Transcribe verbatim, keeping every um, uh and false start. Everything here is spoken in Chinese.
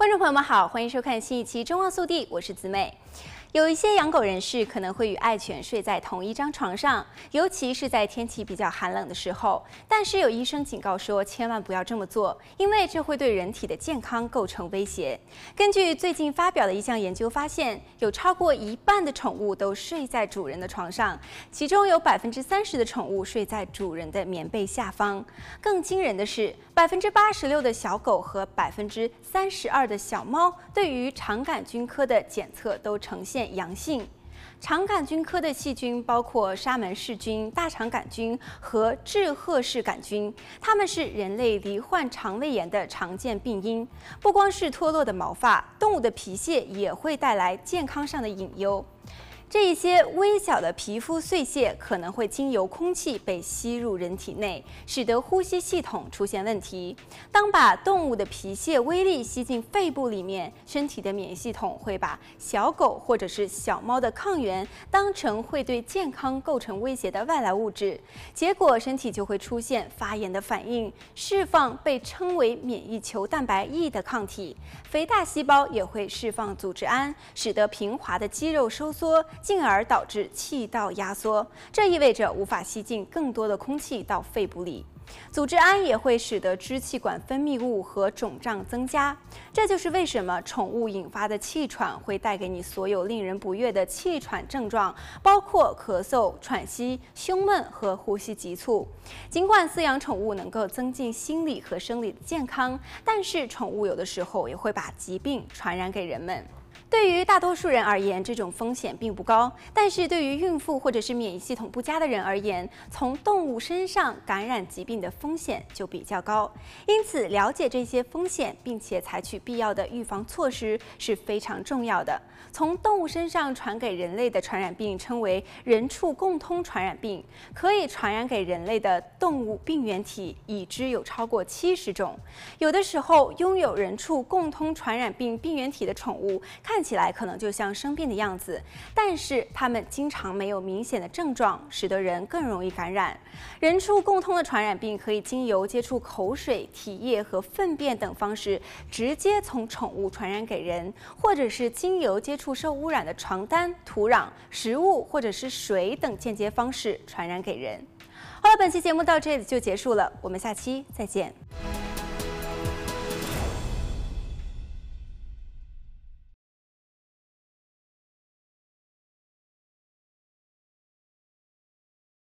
观众朋友们好，欢迎收看新一期《中望速递》，我是子美。有一些养狗人士可能会与爱犬睡在同一张床上，尤其是在天气比较寒冷的时候。但是有医生警告说，千万不要这么做，因为这会对人体的健康构成威胁。根据最近发表的一项研究发现，有超过一半的宠物都睡在主人的床上，其中有百分之三十的宠物睡在主人的棉被下方。更惊人的是，百分之八十六的小狗和百分之三十二的小猫对于肠杆菌科的检测都呈现阳性。肠杆菌科的细菌包括沙门氏菌、大肠杆菌和志贺氏杆菌，它们是人类罹患肠胃炎的常见病因。不光是脱落的毛发，动物的皮屑也会带来健康上的隐忧。这一些微小的皮肤碎屑可能会经由空气被吸入人体内，使得呼吸系统出现问题。当把动物的皮屑微粒吸进肺部里面，身体的免疫系统会把小狗或者是小猫的抗原当成会对健康构成威胁的外来物质，结果身体就会出现发炎的反应，释放被称为免疫球蛋白 E 的抗体。肥大细胞也会释放组织胺，使得平滑的肌肉收缩，进而导致气道压缩，这意味着无法吸进更多的空气到肺部里。组织胺也会使得支气管分泌物和肿胀增加，这就是为什么宠物引发的气喘会带给你所有令人不悦的气喘症状，包括咳嗽、喘息、胸闷和呼吸急促。尽管饲养宠物能够增进心理和生理的健康，但是宠物有的时候也会把疾病传染给人们。对于大多数人而言，这种风险并不高，但是对于孕妇或者是免疫系统不佳的人而言，从动物身上感染疾病的风险就比较高。因此，了解这些风险，并且采取必要的预防措施是非常重要的。从动物身上传给人类的传染病称为人畜共通传染病，可以传染给人类的动物病原体已知有超过七十种。有的时候，拥有人畜共通传染病病原体的宠物看起来可能就像生病的样子，但是它们经常没有明显的症状，使得人更容易感染。人畜共通的传染病可以经由接触口水、体液和粪便等方式直接从宠物传染给人，或者是经由接触受污染的床单、土壤、食物或者是水等间接方式传染给人。好了，本期节目到这里就结束了，我们下期再见。